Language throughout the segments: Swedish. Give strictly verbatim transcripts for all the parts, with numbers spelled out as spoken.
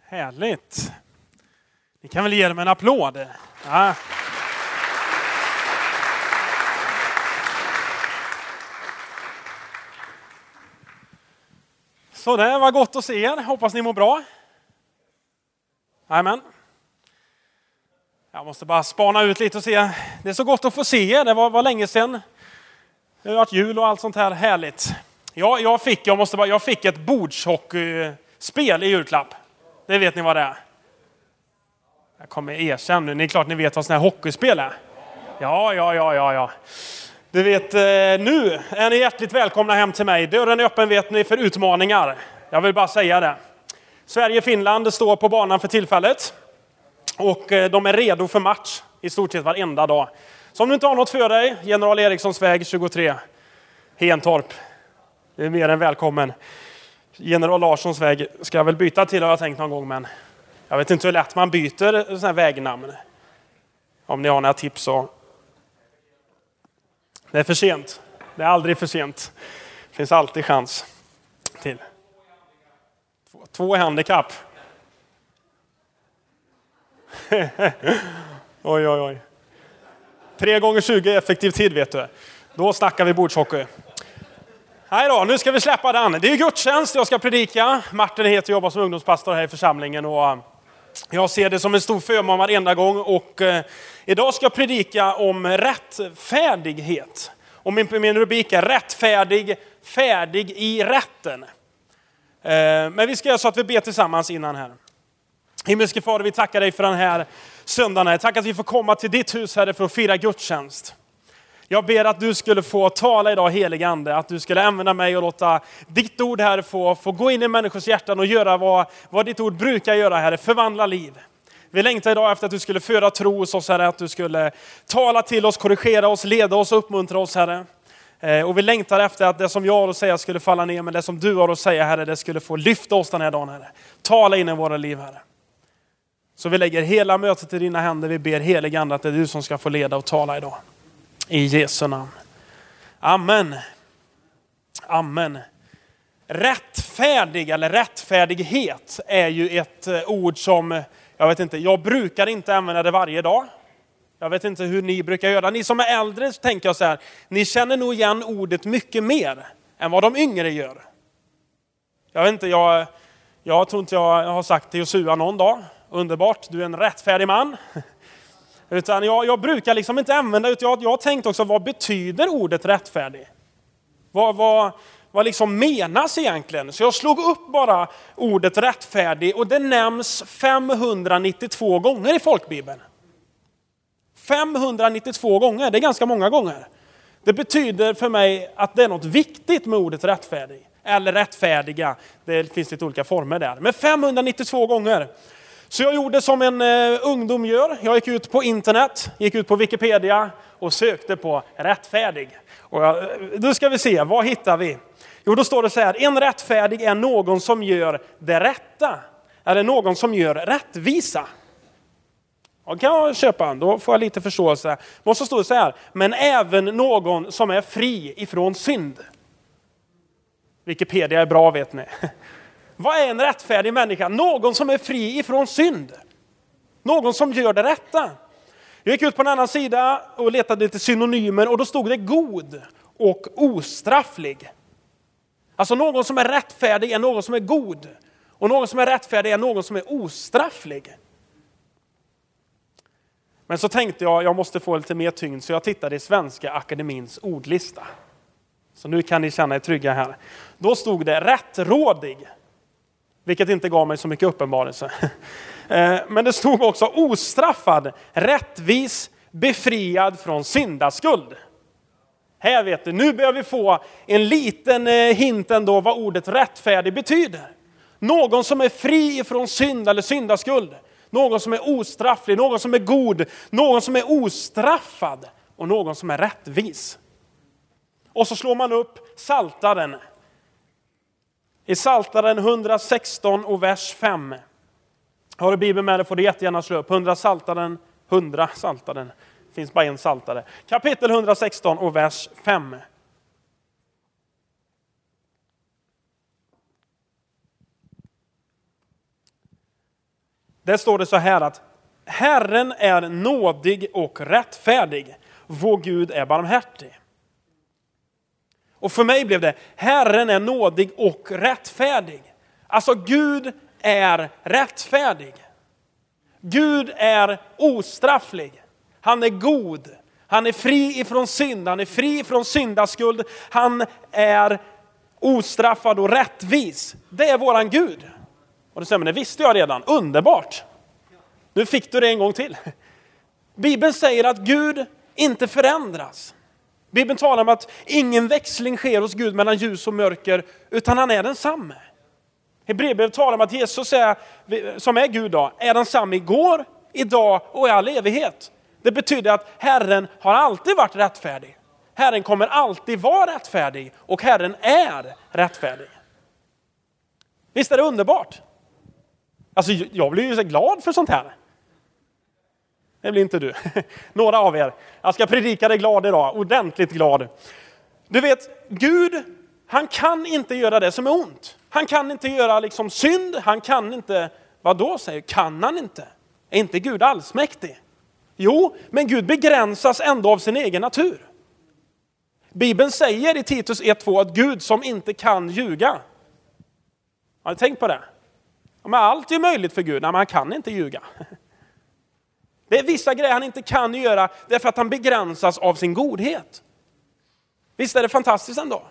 Härligt. Ni kan väl ge dem en applåd. Ja. Så det var gott att se er. Hoppas ni mår bra. Amen. Jag måste bara spana ut lite och se. Det är så gott att få se er. Det var, var länge sedan. Det har varit jul och allt sånt här härligt. Ja, jag fick, jag måste bara, jag fick ett bordshockeyspel i julklapp. Det vet ni vad det är. Jag kommer erkänna nu. Ni är klart ni vet vad sån här hockeyspel är. Ja, ja, ja, ja, ja. Du vet, nu är ni hjärtligt välkomna hem till mig. Dörren är öppen, vet ni, för utmaningar. Jag vill bara säga det. Sverige-Finland står på banan för tillfället. Och de är redo för match i stort sett varenda dag. Så om du inte har något för dig, General Erikssons väg tjugotre, Hentorp. Det är mer än välkommen. General Larssons väg ska jag väl byta till, har jag tänkt någon gång, men jag vet inte hur lätt man byter sådana här vägnamn. Om ni har några tips så. Det är för sent. Det är aldrig för sent. Det finns alltid chans till. Två, två handikapp. Oj, oj, oj. Tre gånger tjugo effektiv tid, vet du. Då snackar vi bordshockey. Hej då, nu ska vi släppa den. Det är gudstjänst, jag ska predika. Martin heter och jobbar som ungdomspastor här i församlingen. Och jag ser det som en stor förmån varenda gång. Och eh, idag ska jag predika om rättfärdighet. Och min, min rubrik är rättfärdig, färdig i rätten. Eh, men vi ska göra så att vi ber tillsammans innan här. Himmelske Fader, vi tackar dig för den här söndagen. Tack att vi får komma till ditt hus, Herre, för att fira gudstjänst. Jag ber att du skulle få tala idag, helige Ande. Att du skulle använda mig och låta ditt ord här få, få gå in i människors hjärtan och göra vad, vad ditt ord brukar göra, Herre. Förvandla liv. Vi längtar idag efter att du skulle föra tro hos oss, Herre. Att du skulle tala till oss, korrigera oss, leda oss och uppmuntra oss, Herre. Eh, och vi längtar efter att det som jag har att säga skulle falla ner. Men det som du har att säga, Herre, det skulle få lyfta oss den här dagen, Herre. Tala in i våra liv, Herre. Så vi lägger hela mötet i dina händer. Vi ber, helige Ande, att det är du som ska få leda och tala idag. I Jesu namn. Amen. Amen. Rättfärdig eller rättfärdighet är ju ett ord som, jag vet inte, jag brukar inte använda det varje dag. Jag vet inte hur ni brukar göra. Ni som är äldre, tänker jag så här, ni känner nog igen ordet mycket mer än vad de yngre gör. Jag vet inte, jag, jag tror inte jag har sagt till Josua någon dag. Underbart, du är en rättfärdig man. Utan jag, jag brukar liksom inte använda det. Jag, jag har tänkt också, vad betyder ordet rättfärdig? Vad, vad, vad liksom menas egentligen? Så jag slog upp bara ordet rättfärdig och det nämns femhundranittiotvå gånger i folkbibeln. femhundranittiotvå gånger, det är ganska många gånger. Det betyder för mig att det är något viktigt med ordet rättfärdig. Eller rättfärdiga, det finns lite olika former där. Men femhundranittiotvå gånger. Så jag gjorde som en uh, ungdom gör. Jag gick ut på internet, gick ut på Wikipedia och sökte på rättfärdig. Och jag, då ska vi se, vad hittar vi? Jo, då står det så här: en rättfärdig är någon som gör det rätta. Eller någon som gör rättvisa. Och kan jag köpa, då får jag lite förståelse. Men så står det så här: men även någon som är fri ifrån synd. Wikipedia är bra, vet ni. Vad är en rättfärdig människa? Någon som är fri ifrån synd. Någon som gör det rätta. Jag gick ut på en annan sida och letade lite synonymer. Och då stod det god och ostrafflig. Alltså någon som är rättfärdig är någon som är god. Och någon som är rättfärdig är någon som är ostrafflig. Men så tänkte jag, jag måste få lite mer tyngd. Så jag tittade i Svenska Akademins ordlista. Så nu kan ni känna er trygga här. Då stod det rättrådig. Vilket inte gav mig så mycket uppenbarelse. Men det stod också ostraffad, rättvis, befriad från syndaskuld. Här vet du, nu börjar vi få en liten hint ändå vad ordet rättfärdig betyder. Någon som är fri från synd eller syndaskuld. Någon som är ostrafflig, någon som är god, någon som är ostraffad och någon som är rättvis. Och så slår man upp Psaltaren. I Psaltaren hundrasexton och vers fem. Har du Bibeln med dig får du jättegärna slå upp. hundra Psaltaren, hundra Psaltaren. Det finns bara en psaltare. Kapitel hundrasexton och vers fem. Där står det så här att Herren är nådig och rättfärdig. Vår Gud är barmhärtig. Och för mig blev det, Herren är nådig och rättfärdig. Alltså Gud är rättfärdig. Gud är ostrafflig. Han är god. Han är fri ifrån synd. Han är fri ifrån syndaskuld. Han är ostraffad och rättvis. Det är våran Gud. Och det säger, men det visste jag redan. Underbart. Nu fick du det en gång till. Bibeln säger att Gud inte förändras. Bibeln talar om att ingen växling sker hos Gud mellan ljus och mörker, utan han är densamme. Hebreerbrevet talar om att Jesus är, som är Gud då, är densamme igår, idag och i all evighet. Det betyder att Herren har alltid varit rättfärdig. Herren kommer alltid vara rättfärdig och Herren är rättfärdig. Visst är det underbart? Alltså jag blir ju så glad för sånt här. Det blir inte du. Några av er. Jag ska predika dig glad idag. Ordentligt glad. Du vet, Gud, han kan inte göra det som är ont. Han kan inte göra liksom synd. Han kan inte, vad då säger, kan han inte? Är inte Gud allsmäktig? Jo, men Gud begränsas ändå av sin egen natur. Bibeln säger i Titus ett två att Gud som inte kan ljuga. Har du tänkt på det? Men allt är möjligt för Gud, nej, men han kan inte ljuga. Det är vissa grejer han inte kan göra därför att han begränsas av sin godhet. Visst är det fantastiskt ändå?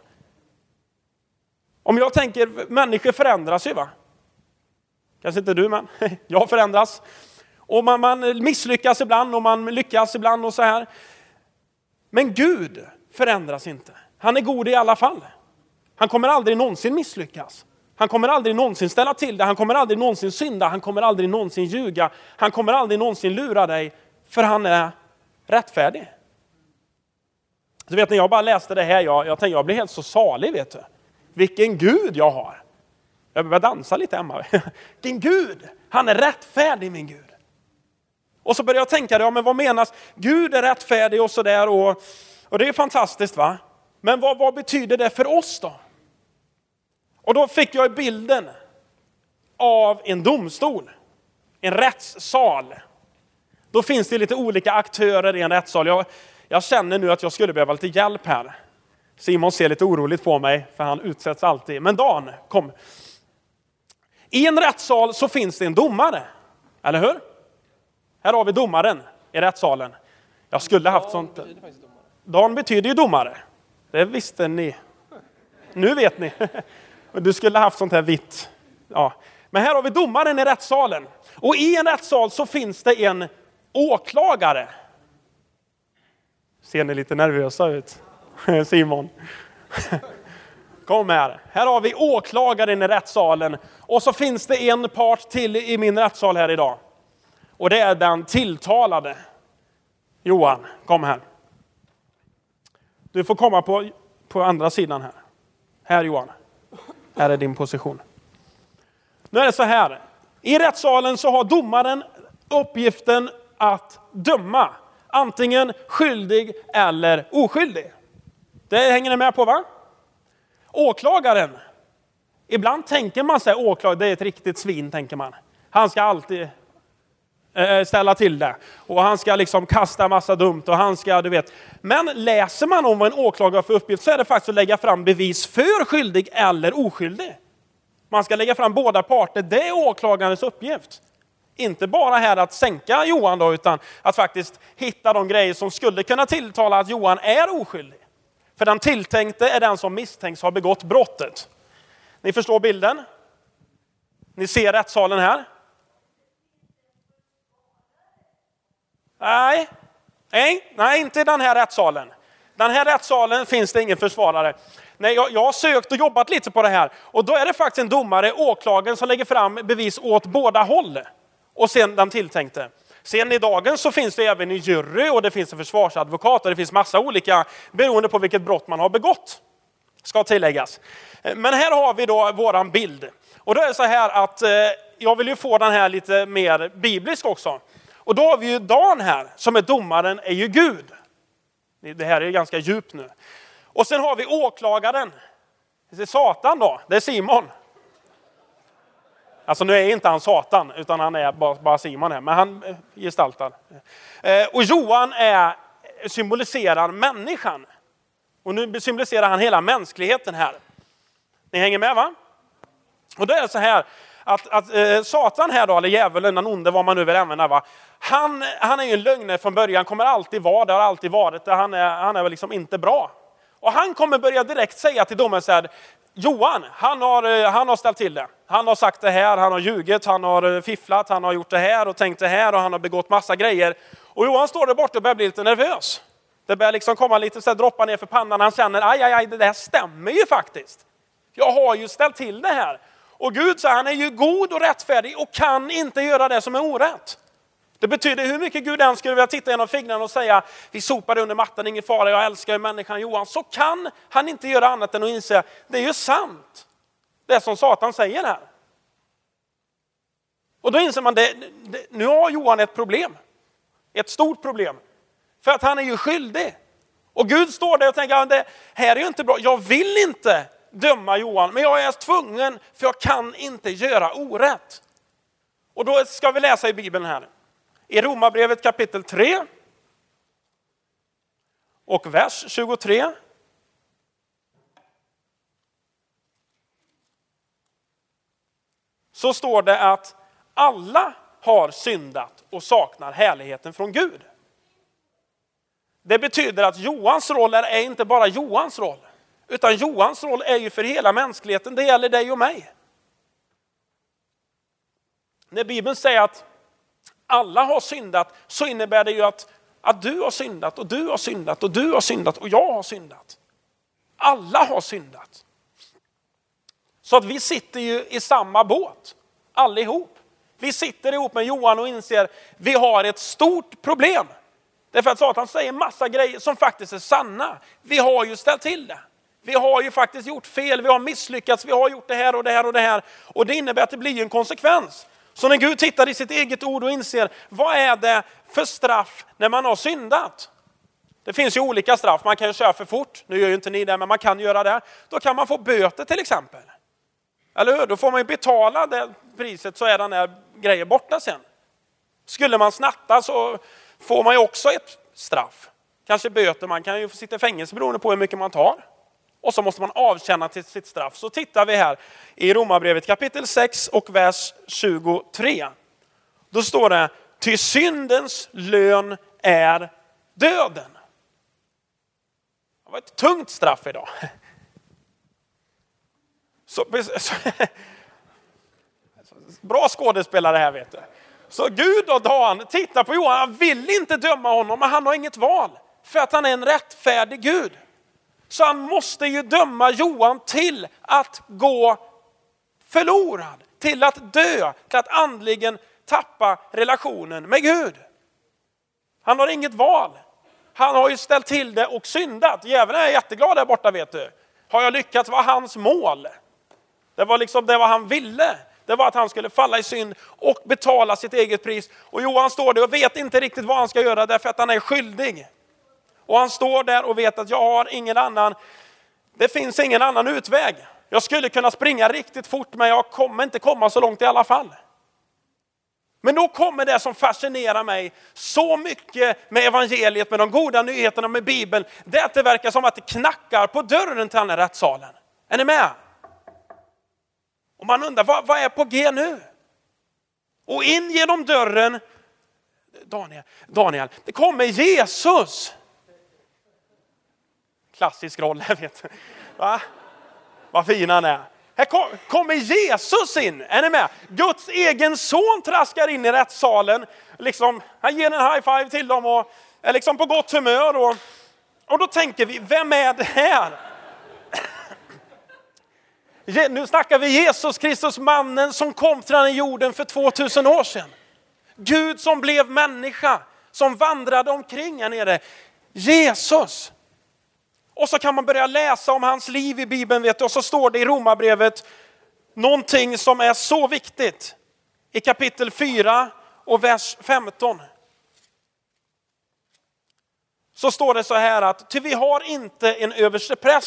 Om jag tänker, människor förändras ju va? Kanske inte du, men jag förändras. Och man, man misslyckas ibland och man lyckas ibland och så här. Men Gud förändras inte. Han är god i alla fall. Han kommer aldrig någonsin misslyckas. Han kommer aldrig någonsin ställa till det. Han kommer aldrig någonsin synda. Han kommer aldrig någonsin ljuga. Han kommer aldrig någonsin lura dig. För han är rättfärdig. Du vet när jag bara läste det här. Jag, jag tänkte jag blir helt så salig vet du. Vilken Gud jag har. Jag börjar dansa lite Emma. Vilken Gud. Han är rättfärdig min Gud. Och så började jag tänka, ja men vad menas? Gud är rättfärdig och sådär. Och, och det är fantastiskt va? Men vad, vad betyder det för oss då? Och då fick jag bilden av en domstol. En rättssal. Då finns det lite olika aktörer i en rättssal. Jag, jag känner nu att jag skulle behöva lite hjälp här. Simon ser lite oroligt på mig för han utsätts alltid. Men Dan, kom. I en rättssal så finns det en domare. Eller hur? Här har vi domaren i rättssalen. Jag skulle haft sånt. Dan betyder ju domare. Det visste ni. Nu vet ni. Du skulle haft sånt här vitt. Ja. Men här har vi domaren i rättssalen. Och i en rättssal så finns det en åklagare. Ser ni lite nervösa ut? Simon. Kom här. Här har vi åklagaren i rättssalen. Och så finns det en part till i min rättssal här idag. Och det är den tilltalade. Johan, kom här. Du får komma på, på andra sidan här. Här Johan. Här är din position. Nu är det så här. I rättssalen så har domaren uppgiften att döma. Antingen skyldig eller oskyldig. Det hänger ni med på va? Åklagaren. Ibland tänker man sig åklagare, det är ett riktigt svin tänker man. Han ska alltid äh, ställa till det. Och han ska liksom kasta massa dumt och han ska, du vet. Men läser man om vad en åklagare för uppgift så är det faktiskt att lägga fram bevis för skyldig eller oskyldig. Man ska lägga fram båda parter, det är åklagarens uppgift. Inte bara här att sänka Johan då, utan att faktiskt hitta de grejer som skulle kunna tilltala att Johan är oskyldig. För den tilltänkte är den som misstänks ha begått brottet. Ni förstår bilden? Ni ser rättssalen här? Nej, nej, nej inte i den här rättssalen. Den här rättssalen finns det ingen försvarare. Nej, jag, jag har sökt och jobbat lite på det här. Och då är det faktiskt en domare, åklagaren, som lägger fram bevis åt båda håll. Och sen den tilltänkte. Sen i dagen så finns det även en jury och det finns en försvarsadvokat och det finns massa olika beroende på vilket brott man har begått. Ska tilläggas. Men här har vi då våran bild. Och då är det så här att eh, jag vill ju få den här lite mer biblisk också. Och då har vi ju Dan här som är domaren är ju Gud. Det här är ju ganska djupt nu. Och sen har vi åklagaren. Det är Satan då, det är Simon. Alltså nu är inte han Satan, utan han är bara, bara Simon här. Men han eh, gestaltar. Eh, och Johan är, symboliserar människan. Och nu symboliserar han hela mänskligheten här. Ni hänger med, va? Och då är det så här att, att eh, Satan här då, eller djävulen, den onde, vad man nu vill använda, va? Han, han är ju en lögnare från början, kommer alltid vara det, har alltid varit det. Han är, han är väl liksom inte bra. Och han kommer börja direkt säga till domen så här: Johan, han har, han har ställt till det. Han har sagt det här, han har ljugit, han har fifflat, han har gjort det här och tänkt det här och han har begått massa grejer. Och Johan står där borta och börjar bli lite nervös. Det börjar liksom komma lite så här, droppa ner för pannan. Han känner, aj, aj, aj, det där stämmer ju faktiskt. Jag har ju ställt till det här. Och Gud, så han är ju god och rättfärdig och kan inte göra det som är orätt. Det betyder hur mycket Gud än skulle vilja titta genom fingrarna och säga, vi sopar under mattan, ingen fara, jag älskar människan Johan. Så kan han inte göra annat än att inse, det är ju sant. Det som Satan säger här. Och då inser man, det, det, nu har Johan ett problem. Ett stort problem. För att han är ju skyldig. Och Gud står där och tänker, det här är ju inte bra. Jag vill inte döma Johan, men jag är tvungen, för jag kan inte göra orätt. Och då ska vi läsa i Bibeln här. I Romarbrevet kapitel tre och vers tjugotre. Så står det att alla har syndat och saknar härligheten från Gud. Det betyder att Johans roll är inte bara Johans roll, utan Johans roll är ju för hela mänskligheten. Det gäller dig och mig. När Bibeln säger att alla har syndat, så innebär det ju att, att du har syndat och du har syndat och du har syndat och jag har syndat. Alla har syndat. Så att vi sitter ju i samma båt, allihop. Vi sitter ihop med Johan och inser att vi har ett stort problem. Därför att Satan säger massa grejer som faktiskt är sanna. Vi har ju ställt till det. Vi har ju faktiskt gjort fel, vi har misslyckats, vi har gjort det här och det här och det här. Och det innebär att det blir en konsekvens. Så när Gud tittar i sitt eget ord och inser, vad är det för straff när man har syndat? Det finns ju olika straff, man kan ju köra för fort. Nu gör ju inte ni det, men man kan göra det. Då kan man få böter till exempel. Eller hur? Då får man ju betala det priset, så är den här grejen borta sen. Skulle man snatta så får man ju också ett straff. Kanske böter, man kan ju få sitta i fängelse beroende på hur mycket man tar. Och så måste man avtjäna till sitt straff. Så tittar vi här i Romarbrevet kapitel sex och vers tjugotre. Då står det, ty syndens lön är döden. Det var ett tungt straff idag. Så, så, bra skådespelare här, vet du. Så Gud och Dan tittar på Johan, han vill inte döma honom, men han har inget val. För att han är en rättfärdig Gud. Så han måste ju döma Johan till att gå förlorad. Till att dö. Till att andligen tappa relationen med Gud. Han har inget val. Han har ju ställt till det och syndat. Djävulen är jätteglad där borta, vet du. Har jag lyckats, var hans mål. Det var liksom det vad han ville. Det var att han skulle falla i synd och betala sitt eget pris. Och Johan står där och vet inte riktigt vad han ska göra därför att han är skyldig. Och han står där och vet att jag har ingen annan, det finns ingen annan utväg. Jag skulle kunna springa riktigt fort, men jag kommer inte komma så långt i alla fall. Men då kommer det som fascinerar mig så mycket med evangeliet, med de goda nyheterna, med Bibeln. Det är att det verkar som att det knackar på dörren till den här rättssalen. Är ni med? Och man undrar, vad, vad är på G nu? Och in genom dörren, Daniel, Daniel det kommer Jesus. Klassisk roll, jag vet. Va? Vad fin han är. Här kommer Jesus in. Är ni med? Guds egen son traskar in i rättssalen. Liksom, han ger en high five till dem och är liksom på gott humör. Och, och då tänker vi, vem är det här? Nu snackar vi Jesus Kristus, mannen som kom till den här jorden för tvåtusen år sedan. Gud som blev människa, som vandrade omkring här nere. Jesus. Och så kan man börja läsa om hans liv i Bibeln, vet du. Och så står det i Romarbrevet någonting som är så viktigt. I kapitel fyra och vers femton. Så står det så här att, ty vi har inte en överstepräst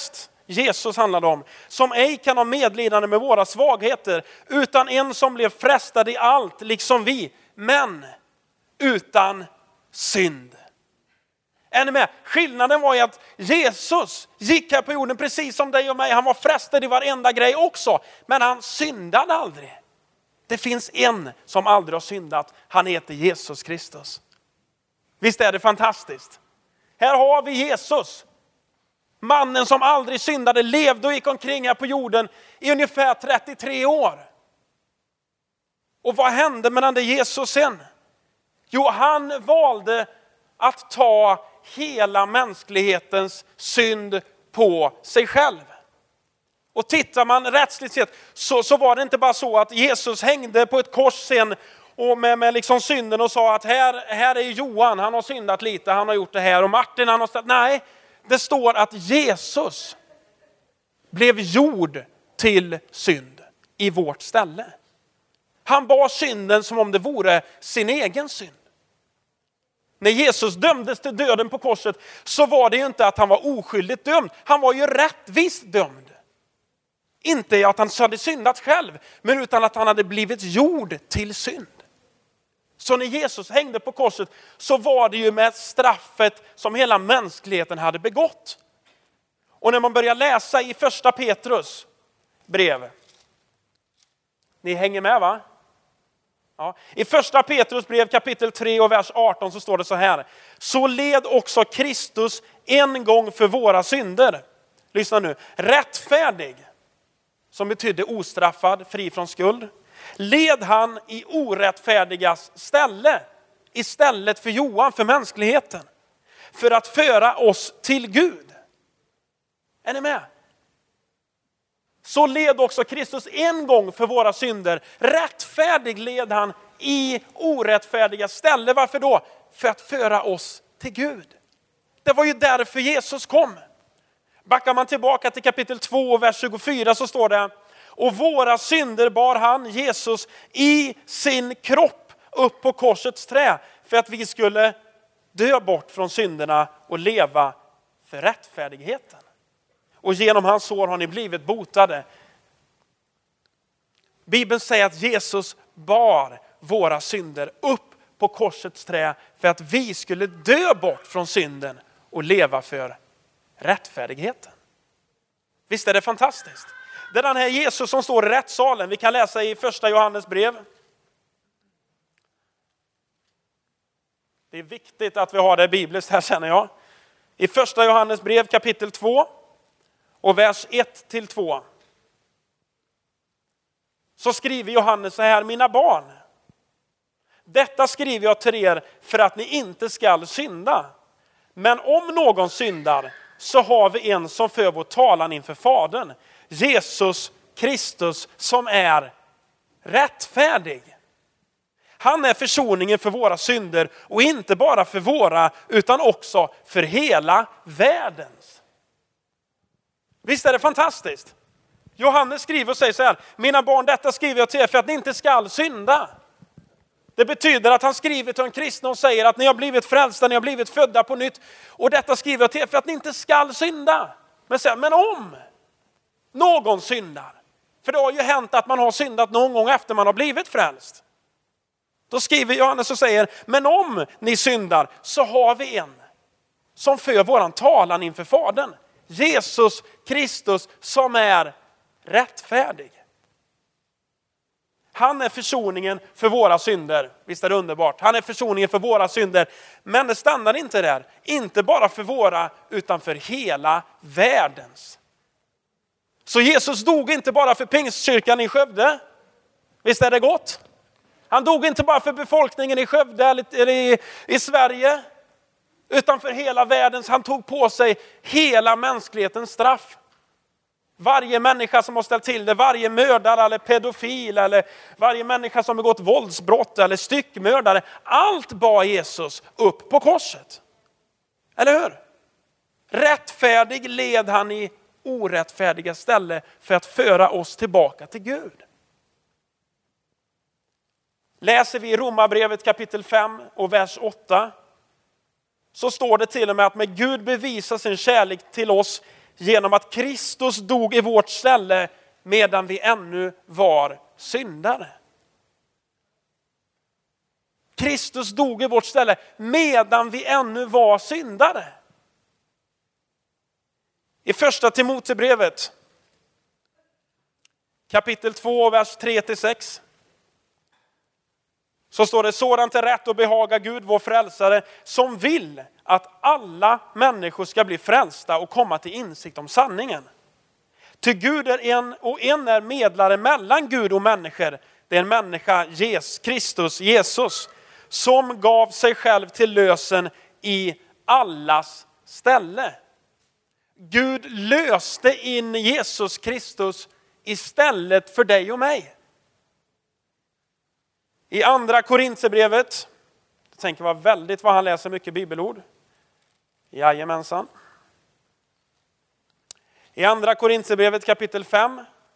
Jesus handlade om, som ej kan ha medlidande med våra svagheter, utan en som blev frestad i allt, liksom vi, men utan synd. Är ni med? Skillnaden var ju att Jesus gick här på jorden precis som dig och mig. Han var frestad i varenda grej också, men han syndade aldrig. Det finns en som aldrig har syndat. Han heter Jesus Kristus. Visst är det fantastiskt? Här har vi Jesus. Mannen som aldrig syndade, levde och gick omkring här på jorden i ungefär trettiotre år. Och vad hände med den Jesus sen? Jo, han valde att ta hela mänsklighetens synd på sig själv. Och tittar man rättsligt sett så, så var det inte bara så att Jesus hängde på ett kors sen och med, med liksom synden och sa att här, här är Johan, han har syndat lite, han har gjort det här, och Martin han har stått. Nej, det står att Jesus blev gjord till synd i vårt ställe. Han bar synden som om det vore sin egen synd. När Jesus dömdes till döden på korset så var det ju inte att han var oskyldigt dömd. Han var ju rättvist dömd. Inte att han hade syndat själv, men utan att han hade blivit gjord till synd. Så när Jesus hängde på korset så var det ju med straffet som hela mänskligheten hade begått. Och när man börjar läsa i första Petrus brev. Ni hänger med, va? Ja. I första Petrus brev kapitel tre och vers arton så står det så här. Så led också Kristus en gång för våra synder. Lyssna nu. Rättfärdig, som betydde ostraffad, fri från skuld. Led han i orättfärdigas ställe. Istället för Johan, för mänskligheten. För att föra oss till Gud. Är ni med? Så led också Kristus en gång för våra synder. Rättfärdig led han i orättfärdiga ställe. Varför då? För att föra oss till Gud. Det var ju därför Jesus kom. Backar man tillbaka till kapitel två vers tjugofyra så står det. Och våra synder bar han, Jesus, i sin kropp upp på korsets trä. För att vi skulle dö bort från synderna och leva för rättfärdigheten. Och genom hans sår har ni blivit botade. Bibeln säger att Jesus bar våra synder upp på korsets trä för att vi skulle dö bort från synden och leva för rättfärdigheten. Visst är det fantastiskt? Det är den här Jesus som står i rättssalen. Vi kan läsa i första Johannes brev. Det är viktigt att vi har det bibliskt här, känner jag. I första Johannes brev kapitel två och vers ett till två. Så skriver Johannes så här: mina barn, detta skriver jag till er för att ni inte skall synda. Men om någon syndar så har vi en som för vår talan inför Fadern, Jesus Kristus, som är rättfärdig. Han är försoningen för våra synder, och inte bara för våra utan också för hela världens. Visst är det fantastiskt? Johannes skriver och säger så här: mina barn, detta skriver jag till er för att ni inte skall synda. Det betyder att han skriver till en kristna och säger att ni har blivit frälsta, ni har blivit födda på nytt. Och detta skriver jag till er för att ni inte skall synda. Men, säger, men om någon syndar, för det har ju hänt att man har syndat någon gång efter man har blivit frälst. Då skriver Johannes och säger, men om ni syndar så har vi en som för våran talan inför Fadern. Jesus Kristus, som är rättfärdig. Han är försoningen för våra synder. Visst är det underbart? Han är försoningen för våra synder. Men det stannar inte där. Inte bara för våra utan för hela världens. Så Jesus dog inte bara för Pingstkyrkan i Skövde. Visst är det gott? Han dog inte bara för befolkningen i Skövde eller i, i Sverige. Utan för hela världens. Han tog på sig hela mänsklighetens straff. Varje människa som har ställt till det, varje mördare eller pedofil eller varje människa som har begått våldsbrott eller styckmördare. Allt bar Jesus upp på korset. Eller hur? Rättfärdig led han i orättfärdiga ställe för att föra oss tillbaka till Gud. Läser vi i Romarbrevet kapitel fem och vers åtta så står det till och med att med Gud bevisar sin kärlek till oss genom att Kristus dog i vårt ställe medan vi ännu var syndare. Kristus dog i vårt ställe medan vi ännu var syndare. I första Timoteusbrevet kapitel två, vers tre till sex. Så står det: sådant är rätt och behaga Gud, vår frälsare, som vill att alla människor ska bli frälsta och komma till insikt om sanningen. Ty Gud är en och en är medlare mellan Gud och människor. Det är en människa, Jesus, Kristus, Jesus, som gav sig själv till lösen i allas ställe. Gud löste in Jesus Kristus istället för dig och mig. I andra Korinthierbrevet, jag tänker vara väldigt vad han läser mycket bibelord. Jajamensan. I andra Korinthierbrevet kapitel fem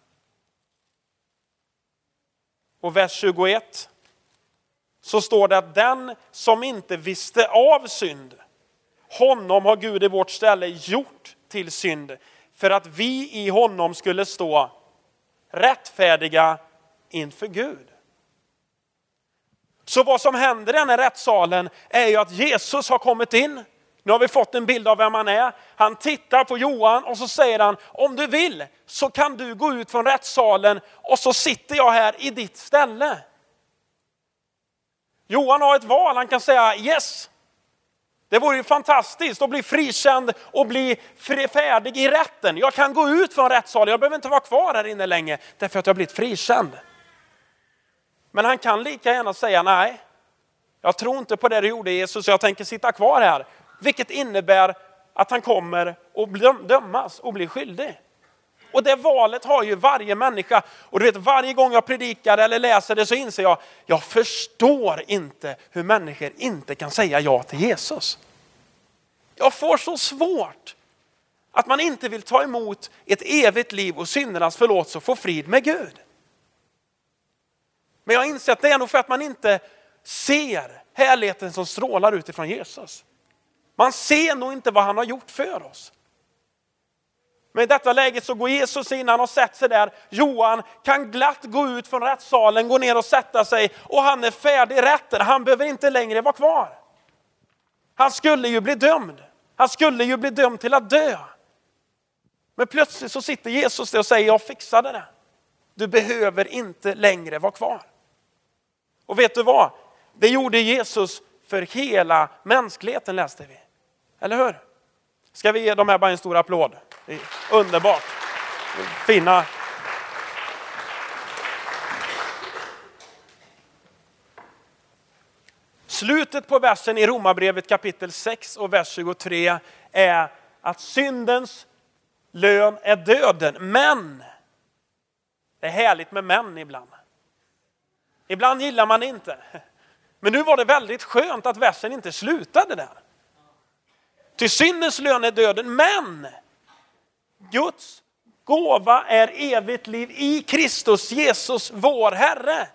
och vers tjugoett så står det att den som inte visste av synd, honom har Gud i vårt ställe gjort till synd för att vi i honom skulle stå rättfärdiga inför Gud. Så vad som händer i den här rättssalen är ju att Jesus har kommit in. Nu har vi fått en bild av vem han är. Han tittar på Johan och så säger han: om du vill så kan du gå ut från rättssalen och så sitter jag här i ditt ställe. Johan har ett val, han kan säga yes. Det vore ju fantastiskt att bli frikänd och bli färdig i rätten. Jag kan gå ut från rättssalen, jag behöver inte vara kvar här inne länge därför att jag har blivit frikänd. Men han kan lika gärna säga nej. Jag tror inte på det du gjorde Jesus, jag tänker sitta kvar här. Vilket innebär att han kommer att dömas och bli skyldig. Och det valet har ju varje människa. Och du vet, varje gång jag predikar eller läser det så inser jag, jag förstår inte hur människor inte kan säga ja till Jesus. Jag får så svårt att man inte vill ta emot ett evigt liv och syndernas förlåtelse och få frid med Gud. Men jag har insett att det är nog för att man inte ser härligheten som strålar utifrån Jesus. Man ser nog inte vad han har gjort för oss. Men i detta läget så går Jesus in, han har sett sig där. Johan kan glatt gå ut från rättssalen, gå ner och sätta sig. Och han är färdig i rätten. Han behöver inte längre vara kvar. Han skulle ju bli dömd. Han skulle ju bli dömd till att dö. Men plötsligt så sitter Jesus där och säger: jag fixade det. Du behöver inte längre vara kvar. Och vet du vad? Det gjorde Jesus för hela mänskligheten, läste vi. Eller hur? Ska vi ge de här bara en stor applåd? Det är underbart. Fina. Slutet på versen i Romarbrevet kapitel sex och vers tjugotre är att syndens lön är döden. Men det är härligt med män ibland. Ibland gillar man inte. Men nu var det väldigt skönt att versen inte slutade där. Till syndens lön är döden, men Guds gåva är evigt liv i Kristus Jesus, vår Herre.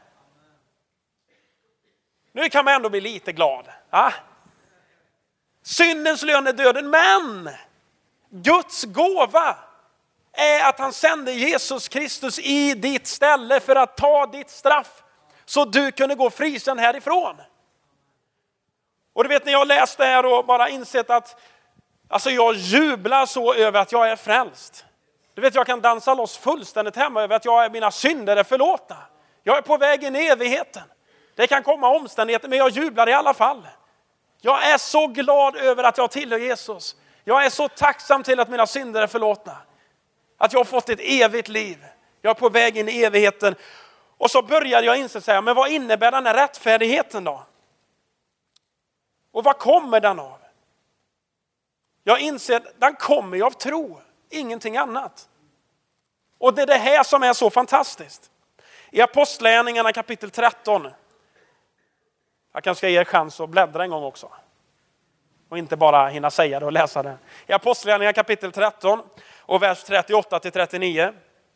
Nu kan man ändå bli lite glad. Ja? Syndens lön är döden, men Guds gåva är att han sände Jesus Kristus i ditt ställe för att ta ditt straff. Så du kunde gå frikänd härifrån. Och du vet, när jag läste här och bara insett att alltså jag jublar så över att jag är frälst. Du vet, jag kan dansa loss fullständigt hemma över att jag är, mina synder är förlåtna. Jag är på väg in i evigheten. Det kan komma omständigheter, men jag jublar i alla fall. Jag är så glad över att jag tillhör Jesus. Jag är så tacksam till att mina synder är förlåtna. Att jag har fått ett evigt liv. Jag är på väg in i evigheten. Och så började jag inse sig, men vad innebär den här rättfärdigheten då? Och vad kommer den av? Jag inser att den kommer ju av tro, ingenting annat. Och det är det här som är så fantastiskt. I Apostlagärningarna kapitel tretton. Jag kanske ska ge er chans att bläddra en gång också. Och inte bara hinna säga det och läsa det. I Apostlagärningarna kapitel tretton och vers trettioåtta till trettionio.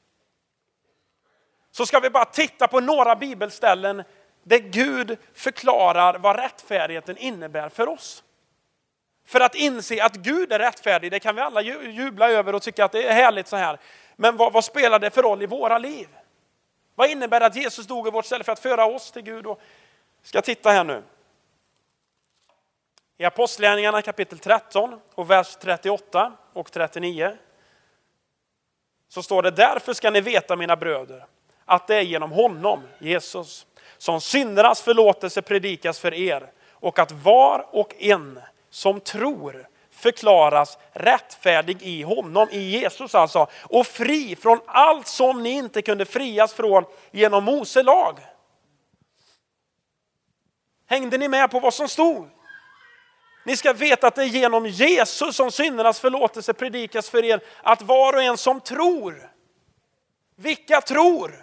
Så ska vi bara titta på några bibelställen där Gud förklarar vad rättfärdigheten innebär för oss. För att inse att Gud är rättfärdig, det kan vi alla jubla över och tycka att det är härligt så här. Men vad, vad spelar det för roll i våra liv? Vad innebär det att Jesus dog i vårt ställe för att föra oss till Gud? Och ska titta här nu. I Apostlagärningarna kapitel tretton och vers trettioåtta och trettionio. Så står det: därför ska ni veta, mina bröder, att det är genom honom, Jesus, som syndernas förlåtelse predikas för er. Och att var och en som tror förklaras rättfärdig i honom, i Jesus alltså. Och fri från allt som ni inte kunde frias från genom Mose lag. Hängde ni med på vad som stod? Ni ska veta att det är genom Jesus som syndernas förlåtelse predikas för er. Att var och en som tror. Vilka tror?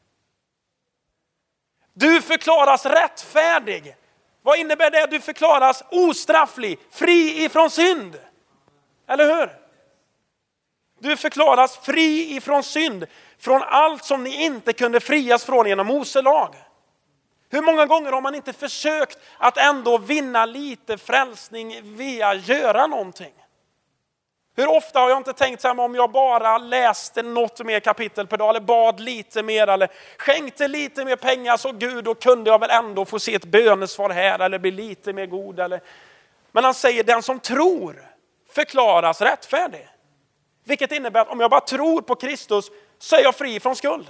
Du förklaras rättfärdig. Vad innebär det? Du förklaras ostrafflig, fri ifrån synd. Eller hur? Du förklaras fri ifrån synd. Från allt som ni inte kunde frias från genom Mose lag. Hur många gånger har man inte försökt att ändå vinna lite frälsning via göra någonting? Hur ofta har jag inte tänkt så här, om jag bara läste något mer kapitel per dag, eller bad lite mer, eller skänkte lite mer pengar så Gud, då kunde jag väl ändå få se ett bönesvar här, eller bli lite mer god. Eller... Men han säger, den som tror förklaras rättfärdig. Vilket innebär att om jag bara tror på Kristus så är jag fri från skuld.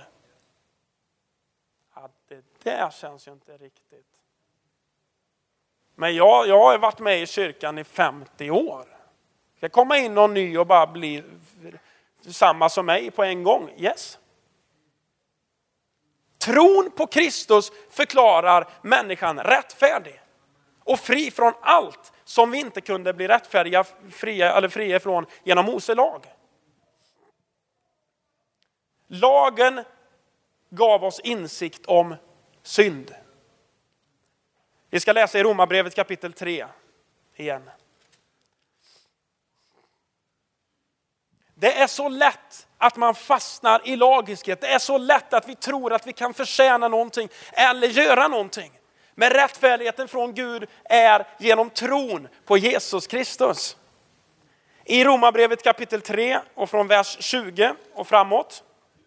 Ja, det där känns ju inte riktigt. Men jag, jag har varit med i kyrkan i femtio år. Ska komma in någon ny och bara bli samma som mig på en gång? Yes. Tron på Kristus förklarar människan rättfärdig. Och fri från allt som vi inte kunde bli rättfärdiga fria, eller fria från genom Mose lag. Lagen gav oss insikt om synd. Vi ska läsa i Romarbrevet kapitel tre igen. Det är så lätt att man fastnar i lagiskhet. Det är så lätt att vi tror att vi kan förtjäna någonting eller göra någonting. Men rättfärdigheten från Gud är genom tron på Jesus Kristus. I Romarbrevet kapitel tre och från vers tjugo och framåt.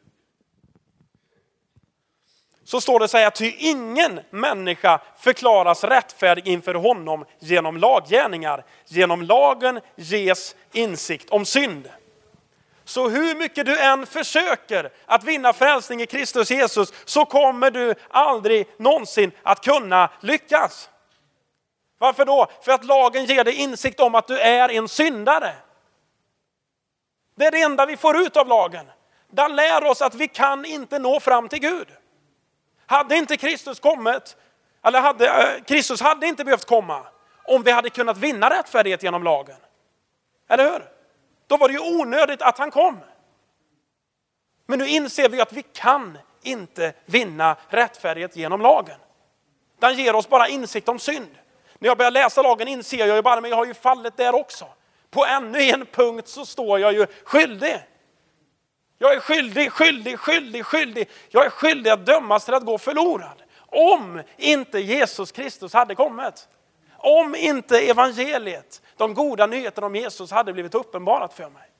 Så står det så här, att ty ingen människa förklaras rättfärdig inför honom genom laggärningar. Genom lagen ges insikt om synd. Så hur mycket du än försöker att vinna frälsning i Kristus Jesus, så kommer du aldrig någonsin att kunna lyckas. Varför då? För att lagen ger dig insikt om att du är en syndare. Det är det enda vi får ut av lagen. Den lär oss att vi kan inte nå fram till Gud. Hade inte Kristus kommit, eller hade, äh, Kristus hade inte behövt komma om vi hade kunnat vinna rättfärdighet genom lagen. Eller hur? Då var det ju onödigt att han kom. Men nu inser vi att vi kan inte vinna rättfärdighet genom lagen. Den ger oss bara insikt om synd. När jag börjar läsa lagen inser jag ju bara, men jag har ju fallit där också. På ännu en punkt så står jag ju skyldig. Jag är skyldig, skyldig, skyldig, skyldig. Jag är skyldig att dömas till att gå förlorad. Om inte Jesus Kristus hade kommit. Om inte evangeliet, de goda nyheterna om Jesus hade blivit uppenbarat för mig.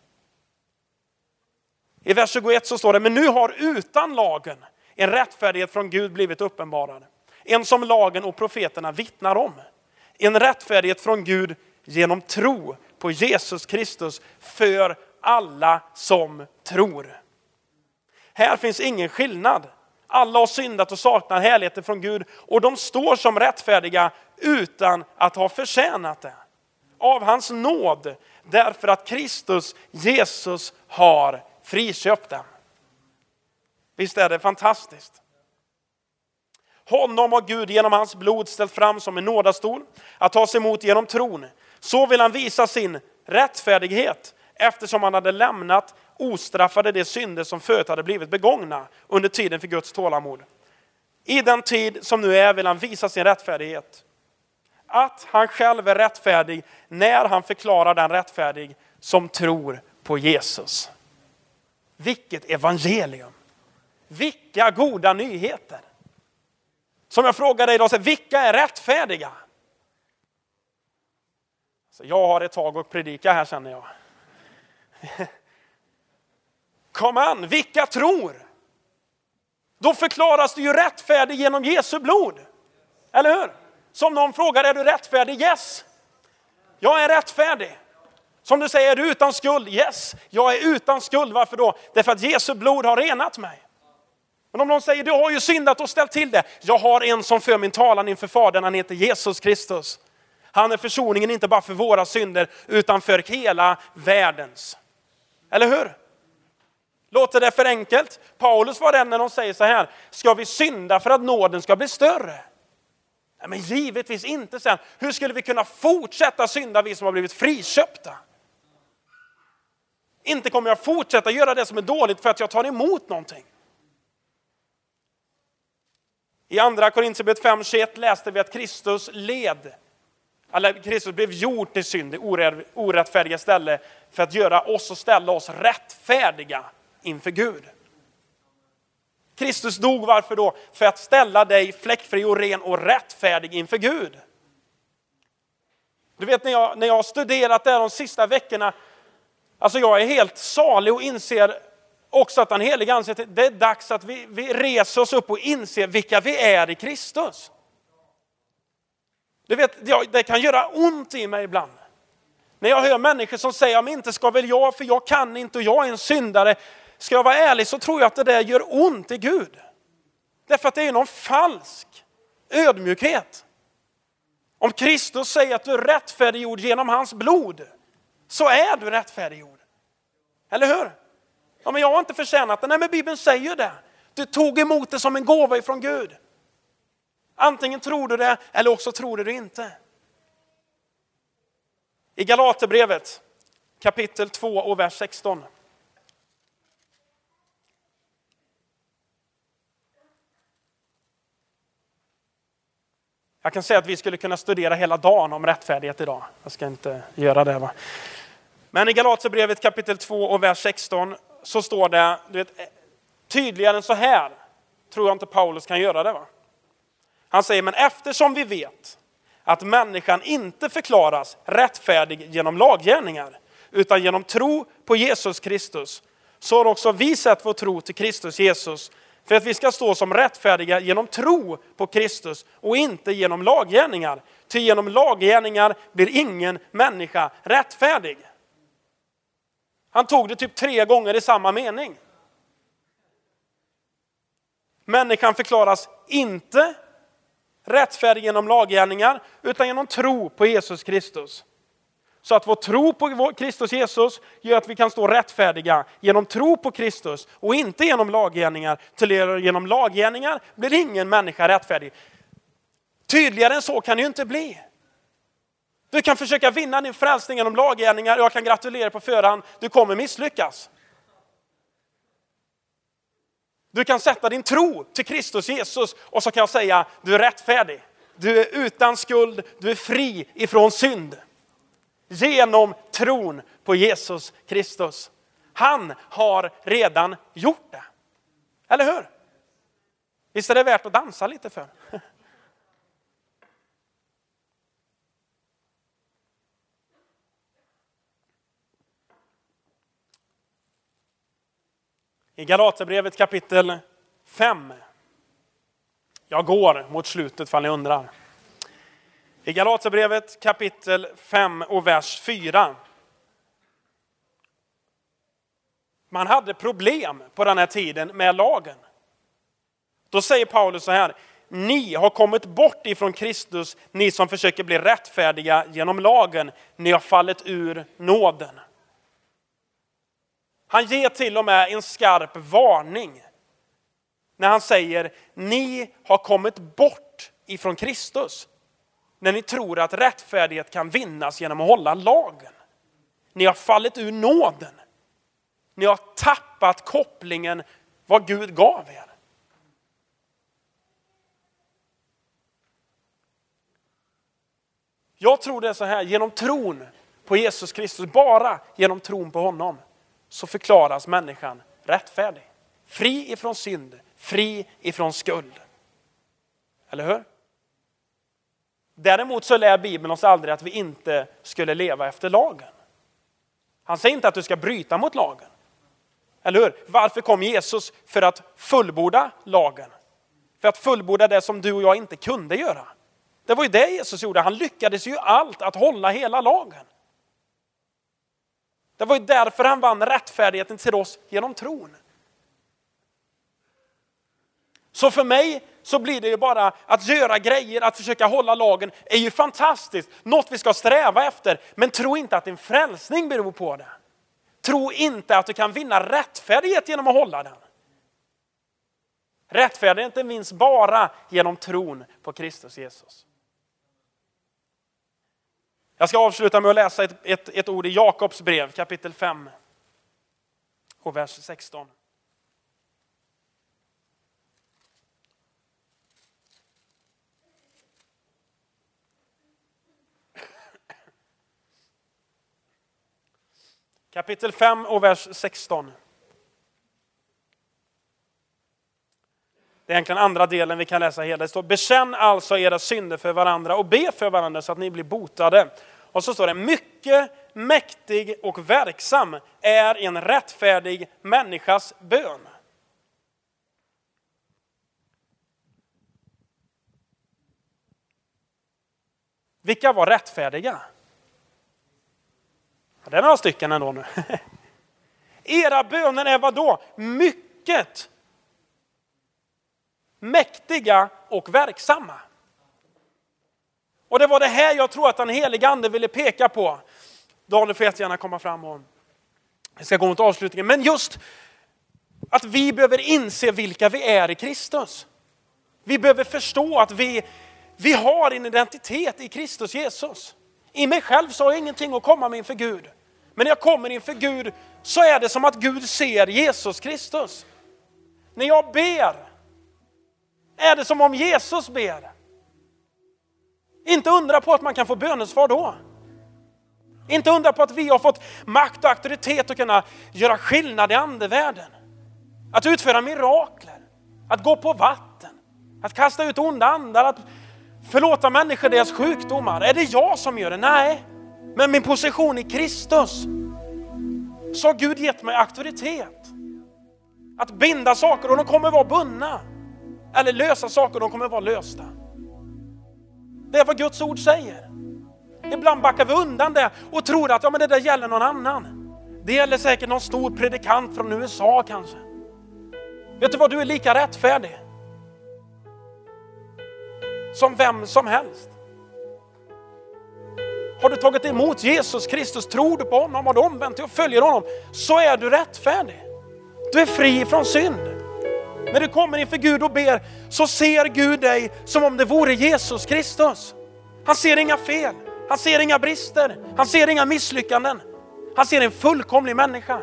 I vers tjugoett så står det, men nu har utan lagen en rättfärdighet från Gud blivit uppenbarad. En som lagen och profeterna vittnar om. En rättfärdighet från Gud genom tro på Jesus Kristus för alla som tror. Här finns ingen skillnad. Alla har syndat och saknar härligheten från Gud, och de står som rättfärdiga utan att ha förtjänat det. Av hans nåd, därför att Kristus Jesus har friköpt dem. Visst är det fantastiskt? Honom har Gud genom hans blod ställt fram som en nådastol att tas emot genom tron. Så vill han visa sin rättfärdighet, eftersom han hade lämnat ostraffade de synder som förut hade blivit begångna under tiden för Guds tålamod. I den tid som nu är vill han visa sin rättfärdighet. Att han själv är rättfärdig när han förklarar den rättfärdig som tror på Jesus. Vilket evangelium. Vilka goda nyheter. Som jag frågar dig idag, vilka är rättfärdiga? Så jag har ett tag att predika här, känner jag. Kom an, vilka tror? Då förklaras du ju rättfärdig genom Jesu blod. Eller hur? Som någon frågar, är du rättfärdig? Yes. Jag är rättfärdig. Som du säger, är du utan skuld? Yes. Jag är utan skuld. Varför då? Därför att Jesu blod har renat mig. Men om någon säger, du har ju syndat och ställt till det. Jag har en som för min talan inför Fadern. Han heter Jesus Kristus. Han är försoningen inte bara för våra synder utan för hela världens. Eller hur? Låter det för enkelt? Paulus var den när de säger så här. Ska vi synda för att nåden ska bli större? Nej, men givetvis inte sen. Hur skulle vi kunna fortsätta synda, vi som har blivit friköpta? Inte kommer jag fortsätta göra det som är dåligt för att jag tar emot någonting. I andra Korinthierbrevet fem tjugoett läste vi att Kristus led. Eller Kristus blev gjord till synd, det orättfärdiga ställe, för att göra oss och ställa oss rättfärdiga inför Gud. Kristus dog, varför då? För att ställa dig fläckfri och ren och rättfärdig inför Gud. Du vet, när jag, när jag har studerat det de sista veckorna, alltså jag är helt salig och inser också att den heliga Ande säger, det är dags att vi, vi reser oss upp och inser vilka vi är i Kristus. Du vet, det kan göra ont i mig ibland. När jag hör människor som säger, men inte ska väl jag, för jag kan inte och jag är en syndare. Ska jag vara ärlig så tror jag att det där gör ont i Gud. Därför att det är någon falsk ödmjukhet. Om Kristus säger att du är rättfärdiggjord genom hans blod, så är du rättfärdiggjord. Eller hur? Ja, men jag har inte förtjänat det. Nej, men Bibeln säger det. Du tog emot det som en gåva ifrån Gud. Antingen tror du det eller också tror du det inte. I Galaterbrevet kapitel två och vers sexton. Jag kan säga att vi skulle kunna studera hela dagen om rättfärdighet idag. Jag ska inte göra det, va? Men i Galaterbrevet kapitel två och vers sexton så står det, du vet, tydligare än så här tror jag inte Paulus kan göra det, va? Han säger, men eftersom vi vet att människan inte förklaras rättfärdig genom laggärningar utan genom tro på Jesus Kristus, så har också vi sett vår tro till Kristus Jesus för att vi ska stå som rättfärdiga genom tro på Kristus och inte genom laggärningar. Ty genom laggärningar blir ingen människa rättfärdig. Han tog det typ tre gånger i samma mening. Människan förklaras inte rättfärdig genom laggärningar utan genom tro på Jesus Kristus. Så att vår tro på Kristus Jesus gör att vi kan stå rättfärdiga genom tro på Kristus och inte genom laggärningar. Till genom laggärningar blir ingen människa rättfärdig. Tydligare än så kan det ju inte bli. Du kan försöka vinna din frälsning genom laggärningar och jag kan gratulera på förhand. Du kommer misslyckas. Du kan sätta din tro till Kristus Jesus och så kan jag säga, du är rättfärdig. Du är utan skuld, du är fri ifrån synd. Genom tron på Jesus Kristus. Han har redan gjort det. Eller hur? Visst är det värt att dansa lite för? I Galaterbrevet kapitel fem. Jag går mot slutet för ni undrar. I Galaterbrevet kapitel fem och vers fyra. Man hade problem på den här tiden med lagen. Då säger Paulus så här. Ni har kommit bort ifrån Kristus, ni som försöker bli rättfärdiga genom lagen. Ni har fallit ur nåden. Han ger till och med en skarp varning. När han säger, ni har kommit bort ifrån Kristus. När ni tror att rättfärdighet kan vinnas genom att hålla lagen. Ni har fallit ur nåden. Ni har tappat kopplingen vad Gud gav er. Jag tror det är så här, genom tron på Jesus Kristus, bara genom tron på honom, så förklaras människan rättfärdig. Fri ifrån synd, fri ifrån skuld. Eller hur? Däremot så lär Bibeln oss aldrig att vi inte skulle leva efter lagen. Han säger inte att du ska bryta mot lagen. Eller hur? Varför kom Jesus? För att fullborda lagen. För att fullborda det som du och jag inte kunde göra. Det var ju det Jesus gjorde. Han lyckades ju allt att hålla hela lagen. Det var ju därför han vann rättfärdigheten till oss genom tron. Så för mig så blir det ju bara att göra grejer, att försöka hålla lagen är ju fantastiskt. Något vi ska sträva efter. Men tro inte att en frälsning beror på det. Tro inte att du kan vinna rättfärdighet genom att hålla den. Rättfärdigheten vinns bara genom tron på Kristus Jesus. Jag ska avsluta med att läsa ett, ett, ett ord i Jakobs brev, kapitel fem och vers sexton. Kapitel fem och vers sexton. Det är egentligen andra delen vi kan läsa hela. Det står: bekänn alltså era synder för varandra och be för varandra så att ni blir botade. Och så står det: mycket mäktig och verksam är en rättfärdig människas bön. Vilka var rättfärdiga? Det är några stycken ändå nu. Era böner är vad då? Mycket mäktiga och verksamma. Och det var det här jag tror att den heliga ande ville peka på. Daniel får jättegärna komma fram och vi ska gå mot avslutningen. Men just att vi behöver inse vilka vi är i Kristus. Vi behöver förstå att vi, vi har en identitet i Kristus Jesus. I mig själv så har jag ingenting att komma med inför Gud. Men när jag kommer inför Gud så är det som att Gud ser Jesus Kristus. När jag ber är det som om Jesus ber. Inte undra på att man kan få bönesvar då. Inte undra på att vi har fått makt och auktoritet att kunna göra skillnad i andevärlden. Att utföra mirakler. Att gå på vatten. Att kasta ut onda andar. Att förlåta människor deras sjukdomar. Är det jag som gör det? Nej. Men min position i Kristus. Så har Gud gett mig auktoritet. Att binda saker och de kommer vara bundna. Eller lösa saker och de kommer vara lösta. Det är vad Guds ord säger. Ibland backar vi undan det och tror att ja, men det där gäller någon annan. Det gäller säkert någon stor predikant från U S A kanske. Vet du vad, du är lika rättfärdig som vem som helst. Har du tagit emot Jesus Kristus, tror du på honom och du omvänt dig och följer honom, så är du rättfärdig. Du är fri från synd. När du kommer inför Gud och ber så ser Gud dig som om det vore Jesus Kristus. Han ser inga fel. Han ser inga brister. Han ser inga misslyckanden. Han ser en fullkomlig människa.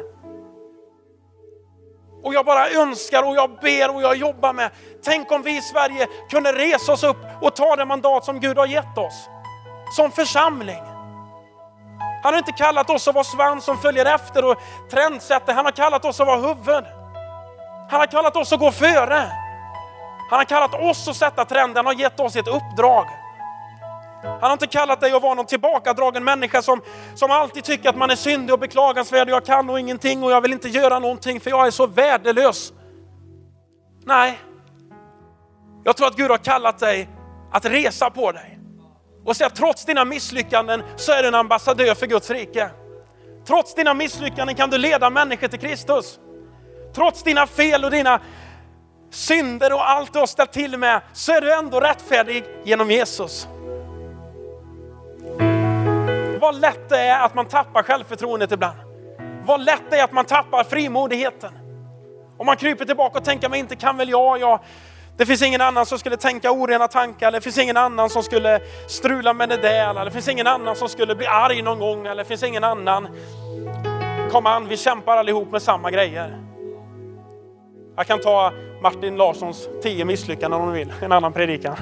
Och jag bara önskar och jag ber och jag jobbar med. Tänk om vi i Sverige kunde resa oss upp och ta det mandat som Gud har gett oss. Som församling. Han har inte kallat oss att vara svans som följer efter och trendsätter. Han har kallat oss att vara huvud. Han har kallat oss att gå före. Han har kallat oss att sätta trenden. Han har gett oss ett uppdrag. Han har inte kallat dig att vara någon tillbakadragen människa som, som alltid tycker att man är syndig och beklagansvärd. Jag kan nog ingenting och jag vill inte göra någonting för jag är så värdelös. Nej. Jag tror att Gud har kallat dig att resa på dig. Och säga att trots dina misslyckanden så är du en ambassadör för Guds rike. Trots dina misslyckanden kan du leda människor till Kristus. Trots dina fel och dina synder och allt du har ställt till med så är du ändå rättfärdig genom Jesus. Vad lätt det är att man tappar självförtroendet ibland. Vad lätt det är att man tappar frimodigheten. Om man kryper tillbaka och tänker, men inte kan väl jag, jag. Det finns ingen annan som skulle tänka orena tankar. Eller det finns ingen annan som skulle strula med det där. Eller det finns ingen annan som skulle bli arg någon gång. Eller det finns ingen annan. Kom an, vi kämpar allihop med samma grejer. Jag kan ta Martin Larssons tio misslyckanden om du vill. En annan predikan.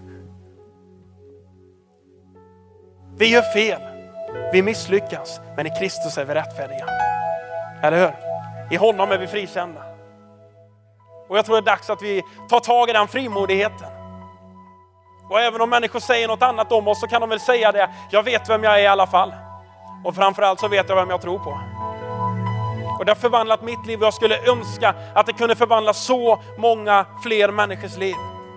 Vi gör fel. Vi misslyckas. Men i Kristus är vi rättfärdiga. Eller hur? I honom är vi frikända. Och jag tror det är dags att vi tar tag i den frimodigheten. Och även om människor säger något annat om oss så kan de väl säga det. Jag vet vem jag är i alla fall. Och framförallt så vet jag vem jag tror på. Och det har förvandlat mitt liv och jag skulle önska att det kunde förvandla så många fler människors liv.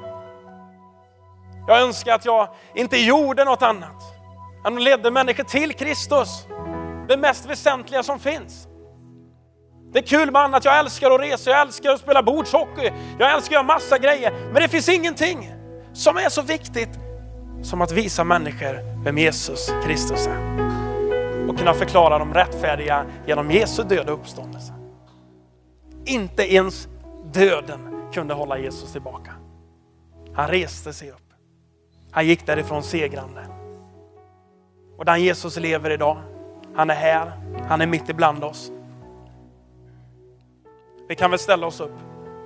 Jag önskar att jag inte gjorde något annat än att ledde människor till Kristus. Det mest väsentliga som finns. Det är kul med annat. Jag älskar att resa, jag älskar att spela bordshockey. Jag älskar att göra massa grejer. Men det finns ingenting som är så viktigt som att visa människor vem Jesus Kristus är. Och kunna förklara dem rättfärdiga genom Jesu död och uppståndelse. Inte ens döden kunde hålla Jesus tillbaka. Han reste sig upp. Han gick därifrån segrande. Och den Jesus lever idag. Han är här. Han är mitt ibland oss. Vi kan väl ställa oss upp.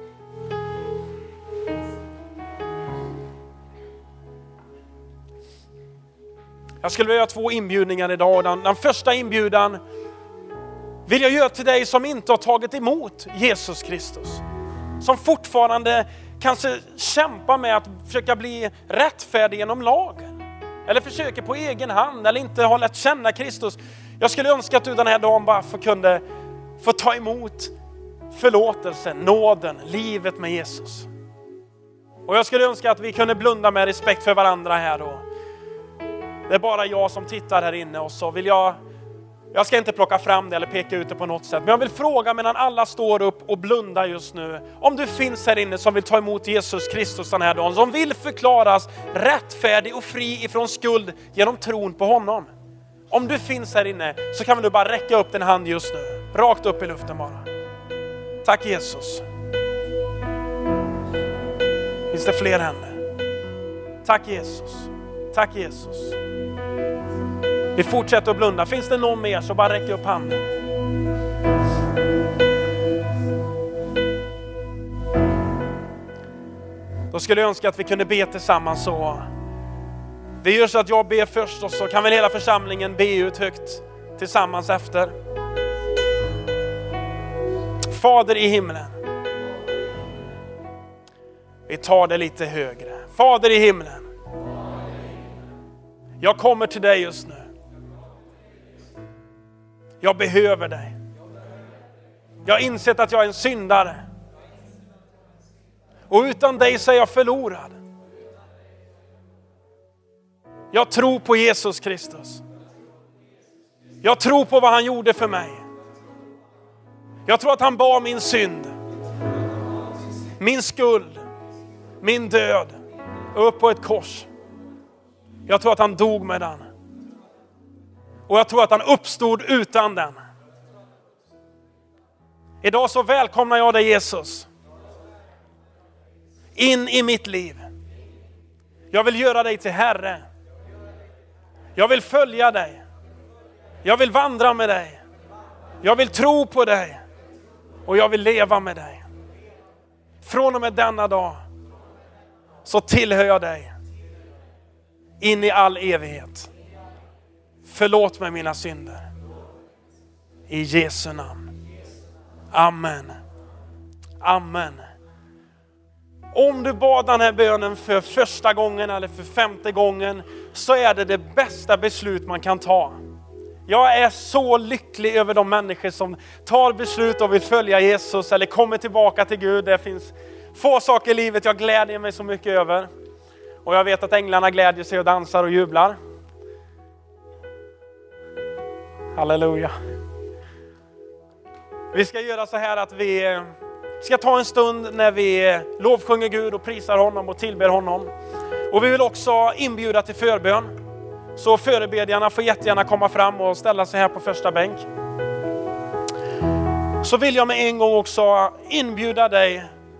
Jag skulle vilja göra två inbjudningar idag. Den, den första inbjudan vill jag göra till dig som inte har tagit emot Jesus Kristus. Som fortfarande kanske kämpar med att försöka bli rättfärdig genom lagen. Eller försöker på egen hand eller inte har lärt känna Kristus. Jag skulle önska att du den här dagen bara för kunde få ta emot förlåtelsen, nåden, livet med Jesus. Och jag skulle önska att vi kunde blunda med respekt för varandra här då. Det är bara jag som tittar här inne och så vill jag, jag ska inte plocka fram det eller peka ut det på något sätt. Men jag vill fråga medan alla står upp och blundar just nu. Om du finns här inne som vill ta emot Jesus Kristus den här dagen. Som vill förklaras rättfärdig och fri ifrån skuld genom tron på honom. Om du finns här inne så kan du bara räcka upp din hand just nu. Rakt upp i luften bara. Tack Jesus. Finns det fler händer? Tack Jesus. Tack Jesus. Vi fortsätter att blunda. Finns det någon mer så bara räcka upp handen. Då skulle jag önska att vi kunde be tillsammans så. Vi gör så att jag ber först och så kan väl hela församlingen be ut högt tillsammans efter. Fader i himlen. Vi tar det lite högre. Fader i himlen. Jag kommer till dig just nu. Jag behöver dig. Jag har insett att jag är en syndare. Och utan dig så är jag förlorad. Jag tror på Jesus Kristus. Jag tror på vad han gjorde för mig. Jag tror att han bar min synd. Min skuld. Min död. Upp på ett kors. Jag tror att han dog med den. Och jag tror att han uppstod utan den. Idag så välkomnar jag dig Jesus. In i mitt liv. Jag vill göra dig till Herre. Jag vill följa dig. Jag vill vandra med dig. Jag vill tro på dig. Och jag vill leva med dig. Från och med denna dag så tillhör jag dig. In i all evighet. Förlåt mig mina synder. I Jesu namn. Amen. Amen. Om du bad den här bönen för första gången eller för femte gången så är det det bästa beslut man kan ta. Jag är så lycklig över de människor som tar beslut och vill följa Jesus eller kommer tillbaka till Gud. Det finns få saker i livet jag glädjer mig så mycket över. Och jag vet att änglarna glädjer sig och dansar och jublar. Halleluja. Vi ska göra så här att vi ska ta en stund när vi lovsjunger Gud och prisar honom och tillber honom. Och vi vill också inbjuda till förbön. Så förebedjarna får jättegärna komma fram och ställa sig här på första bänk. Så vill jag med en gång också inbjuda dig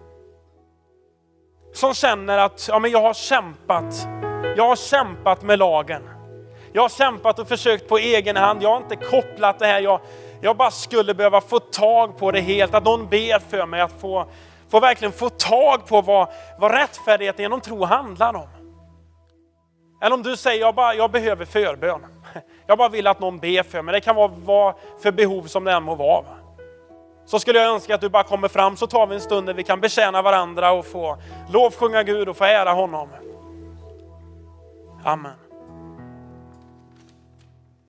som känner att ja, men jag har kämpat. Jag har kämpat med lagen. Jag har kämpat och försökt på egen hand. Jag har inte kopplat det här. Jag, jag bara skulle behöva få tag på det helt. Att någon ber för mig att få, få verkligen få tag på vad, vad rättfärdighet genom tro handlar om. Eller om du säger jag, bara, jag behöver förbön. Jag bara vill att någon ber för mig. Det kan vara vad för behov som det än må vara. Så skulle jag önska att du bara kommer fram så tar vi en stund där vi kan betjäna varandra och få lovsjunga Gud och få ära honom. Amen.